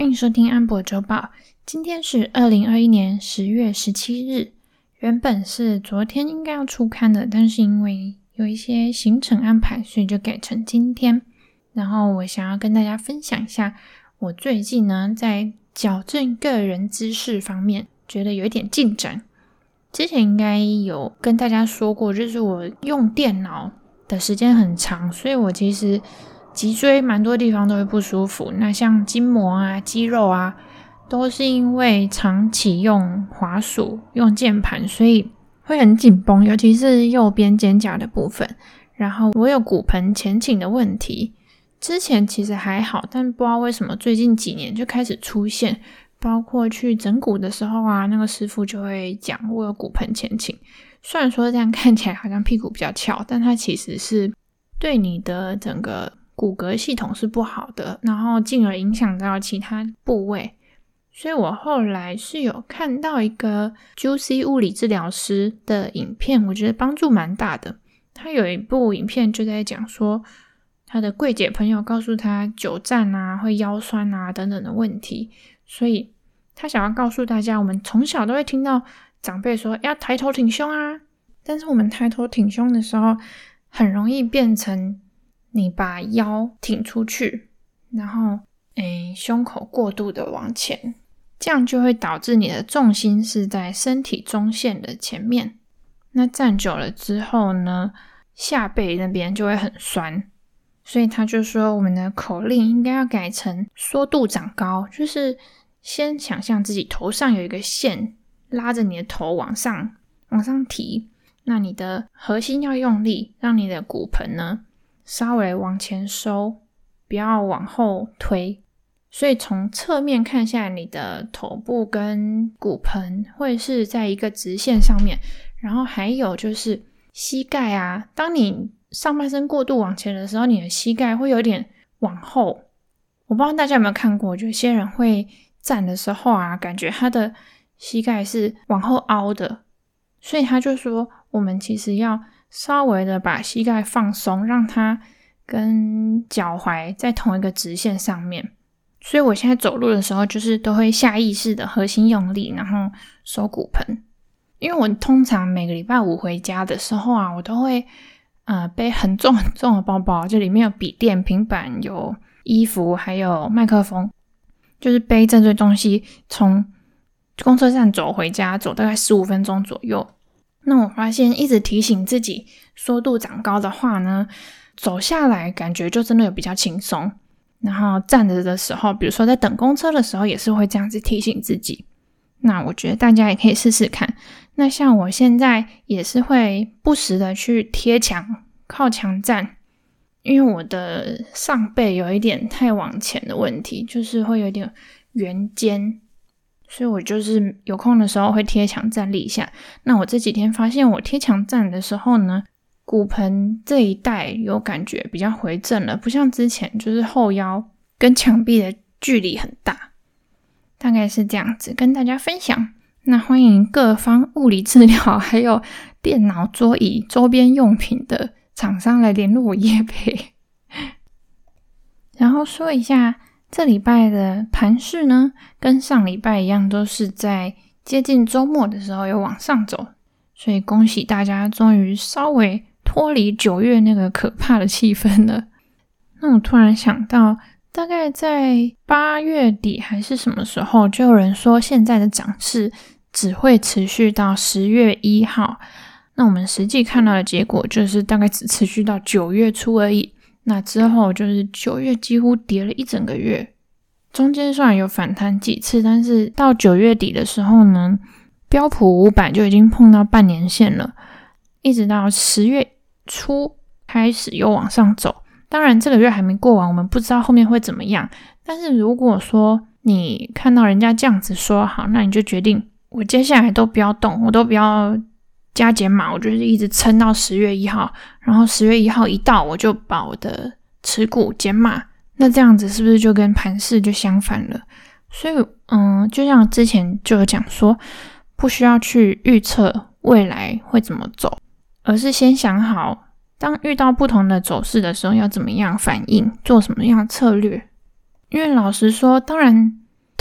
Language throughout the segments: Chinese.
欢迎收听安博周报。今天是2021年10月17日，原本是昨天应该要出刊的，但是因为有一些行程安排，所以就改成今天。然后我想要跟大家分享一下，我最近呢在矫正个人姿势方面觉得有一点进展。之前应该有跟大家说过，就是我用电脑的时间很长，所以我其实脊椎蛮多地方都会不舒服。那像筋膜啊、肌肉啊，都是因为长期用滑鼠、用键盘，所以会很紧绷，尤其是右边肩胛的部分。然后我有骨盆前倾的问题，之前其实还好，但不知道为什么最近几年就开始出现，包括去整骨的时候啊，那个师傅就会讲我有骨盆前倾。虽然说这样看起来好像屁股比较翘，但它其实是对你的整个骨骼系统是不好的，然后进而影响到其他部位。所以我后来是有看到一个 Juicy 物理治疗师的影片，我觉得帮助蛮大的。他有一部影片就在讲说，他的柜姐朋友告诉他久站啊会腰酸啊等等的问题，所以他想要告诉大家，我们从小都会听到长辈说要抬头挺胸啊，但是我们抬头挺胸的时候很容易变成你把腰挺出去，然后胸口过度的往前，这样就会导致你的重心是在身体中线的前面。那站久了之后呢，下背那边就会很酸。所以他就说我们的口令应该要改成缩肚长高，就是先想象自己头上有一个线拉着你的头往上提，那你的核心要用力，让你的骨盆呢稍微往前收，不要往后推。所以从侧面看下来，你的头部跟骨盆会是在一个直线上面。然后还有就是膝盖啊，当你上半身过度往前的时候，你的膝盖会有点往后。我不知道大家有没有看过，就有些人会站的时候啊，感觉他的膝盖是往后凹的。所以他就说我们其实要稍微的把膝盖放松，让它跟脚踝在同一个直线上面。所以我现在走路的时候就是都会下意识的核心用力，然后收骨盆。因为我通常每个礼拜五回家的时候啊，我都会背很重很重的包包，就里面有笔电、平板、有衣服还有麦克风，就是背这堆东西从公车站走回家，走大概15分钟左右。那我发现一直提醒自己缩肚长高的话呢，走下来感觉就真的有比较轻松。然后站着的时候，比如说在等公车的时候，也是会这样子提醒自己。那我觉得大家也可以试试看。那像我现在也是会不时的去贴墙，靠墙站，因为我的上背有一点太往前的问题，就是会有点圆肩，所以我就是有空的时候会贴墙站立一下。那我这几天发现我贴墙站的时候呢，骨盆这一带有感觉比较回正了，不像之前就是后腰跟墙壁的距离很大。大概是这样子跟大家分享。那欢迎各方物理治疗还有电脑桌椅周边用品的厂商来联络我业配。然后说一下这礼拜的盘势呢，跟上礼拜一样，都是在接近周末的时候有往上走，所以恭喜大家终于稍微脱离9月那个可怕的气氛了。那我突然想到，大概在8月底还是什么时候，就有人说现在的涨势只会持续到10月1号。那我们实际看到的结果就是大概只持续到9月初而已。那之后就是9月几乎跌了一整个月，中间虽然有反弹几次，但是到9月底的时候呢，标普500就已经碰到半年线了，一直到10月初开始又往上走。当然这个月还没过完，我们不知道后面会怎么样，但是如果说你看到人家这样子说好，那你就决定我接下来都不要动，我都不要加减码，我就是一直撑到10月1号，然后10月1号一到我就把我的持股减码。那这样子是不是就跟盘势就相反了？所以就像之前就有讲说，不需要去预测未来会怎么走，而是先想好当遇到不同的走势的时候要怎么样反应，做什么样的策略。因为老实说，当然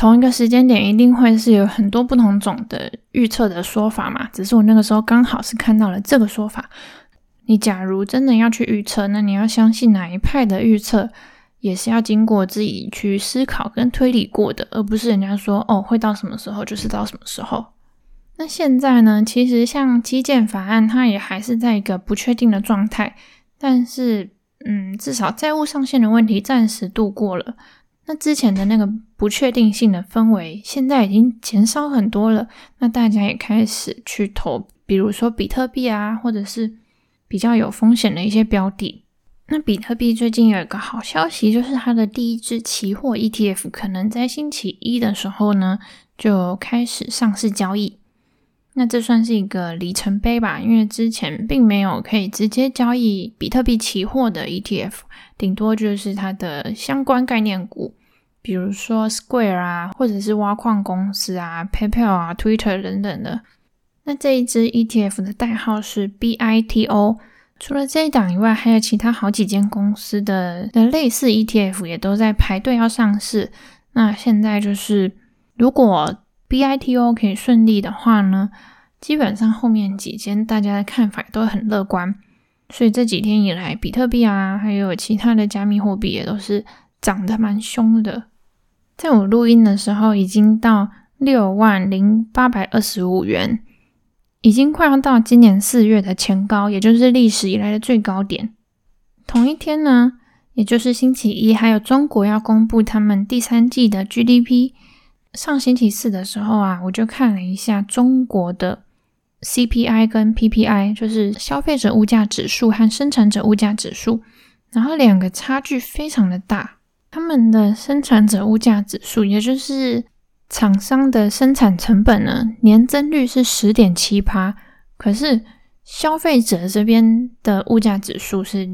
同一个时间点一定会是有很多不同种的预测的说法嘛，只是我那个时候刚好是看到了这个说法。你假如真的要去预测，那你要相信哪一派的预测也是要经过自己去思考跟推理过的，而不是人家说会到什么时候就是到什么时候。那现在呢，其实像基建法案它也还是在一个不确定的状态，但是至少债务上限的问题暂时度过了。那之前的那个不确定性的氛围现在已经减少很多了，那大家也开始去投比如说比特币啊，或者是比较有风险的一些标的。那比特币最近有一个好消息，就是它的第一支期货 ETF 可能在星期一的时候呢就开始上市交易。那这算是一个里程碑吧，因为之前并没有可以直接交易比特币期货的 ETF， 顶多就是它的相关概念股，比如说 Square 啊，或者是挖矿公司啊， PayPal 啊， Twitter 等等的。那这一支 ETF 的代号是 BITO， 除了这一档以外，还有其他好几间公司的类似 ETF 也都在排队要上市。那现在就是如果BITO 可以顺利的话呢，基本上后面几间大家的看法都很乐观，所以这几天以来比特币啊还有其他的加密货币也都是涨得蛮凶的。在我录音的时候已经到60825元，已经快要到今年4月的前高，也就是历史以来的最高点。同一天呢，也就是星期一，还有中国要公布他们第3季的 GDP。上星期四的时候啊，我就看了一下中国的 CPI 跟 PPI， 就是消费者物价指数和生产者物价指数，然后两个差距非常的大。他们的生产者物价指数，也就是厂商的生产成本呢，年增率是 10.7%， 可是消费者这边的物价指数是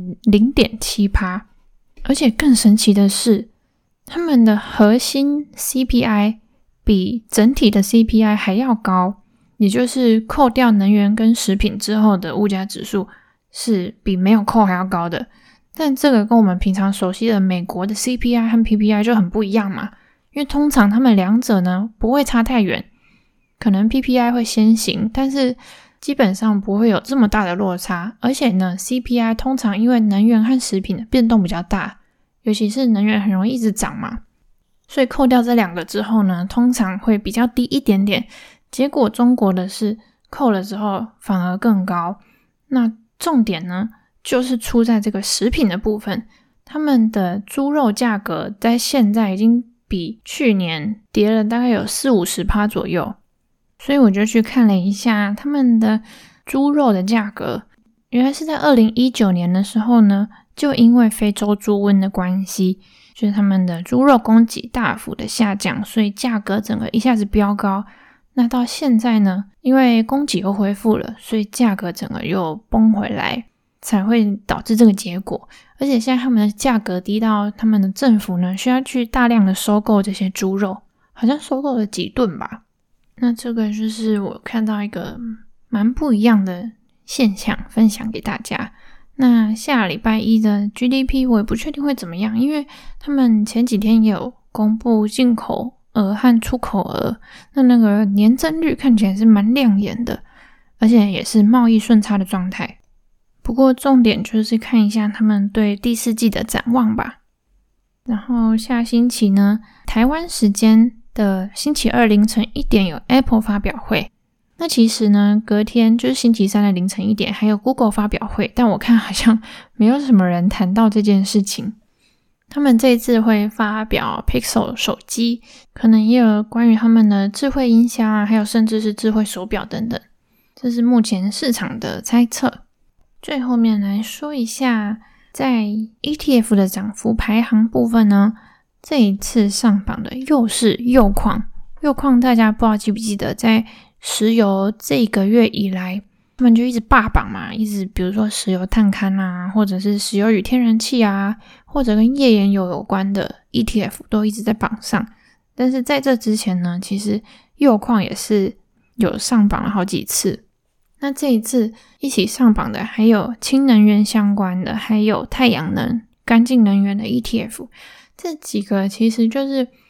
0.7%， 而且更神奇的是，他们的核心 CPI 比整体的 CPI 还要高，也就是扣掉能源跟食品之后的物价指数是比没有扣还要高的。但这个跟我们平常熟悉的美国的 CPI 和 PPI 就很不一样嘛，因为通常他们两者呢不会差太远，可能 PPI 会先行，但是基本上不会有这么大的落差。而且呢 CPI 通常因为能源和食品的变动比较大，尤其是能源很容易一直涨嘛，所以扣掉这两个之后呢，通常会比较低一点点。结果中国的是扣了之后反而更高。那重点呢就是出在这个食品的部分，他们的猪肉价格在现在已经比去年跌了大概有 40-50% 左右。所以我就去看了一下他们的猪肉的价格，原来是在2019年的时候呢，就因为非洲猪瘟的关系，就是他们的猪肉供给大幅的下降，所以价格整个一下子飙高。那到现在呢，因为供给又恢复了，所以价格整个又崩回来，才会导致这个结果。而且现在他们的价格低到他们的政府呢需要去大量的收购这些猪肉，好像收购了几吨吧。那这个就是我看到一个蛮不一样的现象，分享给大家。那下礼拜一的 GDP 我也不确定会怎么样，因为他们前几天也有公布进口额和出口额，那个年增率看起来是蛮亮眼的，而且也是贸易顺差的状态。不过重点就是看一下他们对第4季的展望吧。然后下星期呢，台湾时间的星期二凌晨1点有 Apple 发表会。那其实呢，隔天就是星期三的凌晨1点还有 Google 发表会，但我看好像没有什么人谈到这件事情。他们这一次会发表 Pixel 手机，可能也有关于他们的智慧音箱啊，还有甚至是智慧手表等等，这是目前市场的猜测。最后面来说一下，在 ETF 的涨幅排行部分呢，这一次上榜的又是铀矿。铀矿大家不知道记不记得，在石油这个月以来，他们就一直霸榜嘛，一直比如说石油探勘啊，或者是石油与天然气啊，或者跟页岩油有关的 ETF 都一直在榜上。但是在这之前呢，其实铀矿也是有上榜了好几次。那这一次一起上榜的还有氢能源相关的，还有太阳能、干净能源的 ETF， 这几个其实就是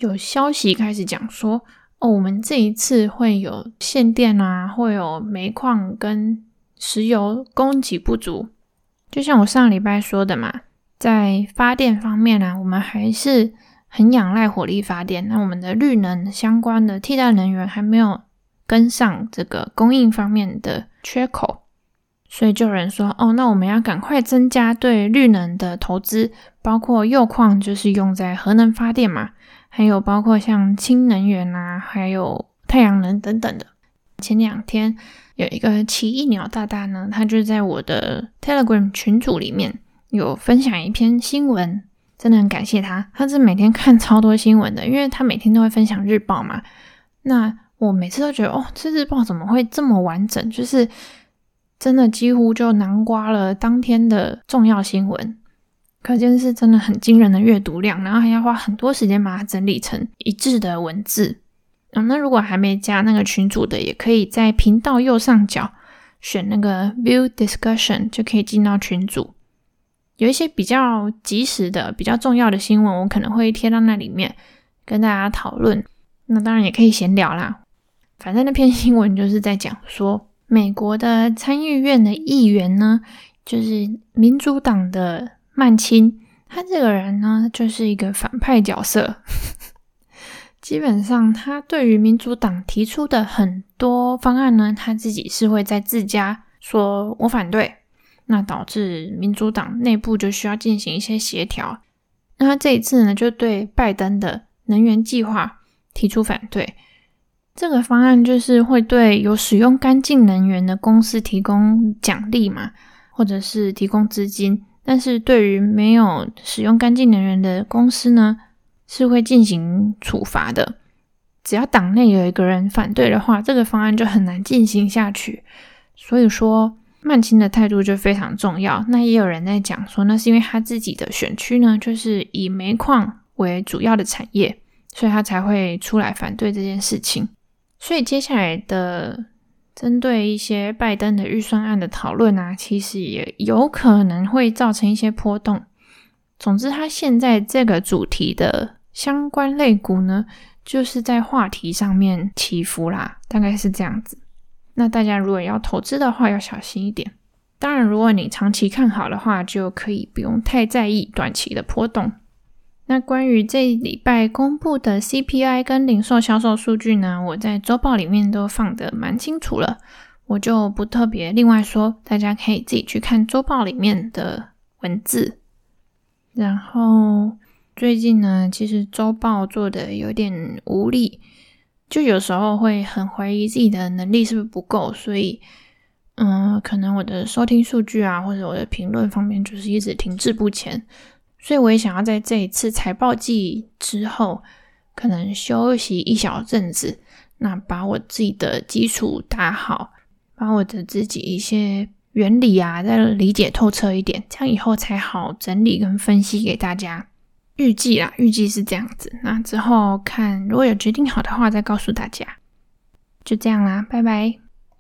有消息开始讲说我们这一次会有限电啊，会有煤矿跟石油供给不足。就像我上礼拜说的嘛，在发电方面啊，我们还是很仰赖火力发电，那我们的绿能相关的替代能源还没有跟上这个供应方面的缺口，所以就有人说那我们要赶快增加对绿能的投资，包括铀矿就是用在核能发电嘛，还有包括像氢能源啊，还有太阳能等等的。前2天有一个奇异鸟大大呢，他就在我的 Telegram 群组里面有分享一篇新闻，真的很感谢他，他是每天看超多新闻的，因为他每天都会分享日报嘛。那我每次都觉得这日报怎么会这么完整，就是真的几乎就囊括了当天的重要新闻，可见是真的很惊人的阅读量，然后还要花很多时间把它整理成一致的文字。那如果还没加那个群组的，也可以在频道右上角选那个 View Discussion 就可以进到群组。有一些比较及时的比较重要的新闻我可能会贴到那里面跟大家讨论，那当然也可以闲聊啦。反正那篇新闻就是在讲说美国的参议院的议员呢，就是民主党的曼青，他这个人呢就是一个反派角色基本上他对于民主党提出的很多方案呢，他自己是会在自家说我反对，那导致民主党内部就需要进行一些协调。那他这一次呢，就对拜登的能源计划提出反对。这个方案就是会对有使用干净能源的公司提供奖励嘛，或者是提供资金，但是对于没有使用干净能源的公司呢，是会进行处罚的。只要党内有一个人反对的话，这个方案就很难进行下去。所以说曼青的态度就非常重要。那也有人在讲说，那是因为他自己的选区呢，就是以煤矿为主要的产业，所以他才会出来反对这件事情。所以接下来的针对一些拜登的预算案的讨论啊，其实也有可能会造成一些波动。总之他现在这个主题的相关类股呢，就是在话题上面起伏啦，大概是这样子。那大家如果要投资的话要小心一点，当然如果你长期看好的话，就可以不用太在意短期的波动。那关于这礼拜公布的 CPI 跟零售销售数据呢，我在周报里面都放得蛮清楚了，我就不特别另外说，大家可以自己去看周报里面的文字。然后最近呢，其实周报做的有点无力，就有时候会很怀疑自己的能力是不是不够，所以可能我的收听数据啊，或者我的评论方面就是一直停滞不前。所以我也想要在这一次财报季之后可能休息一小阵子，那把我自己的基础打好，把我的自己一些原理啊再理解透彻一点，这样以后才好整理跟分析给大家。预计是这样子，那之后看如果有决定好的话再告诉大家。就这样啦，拜拜。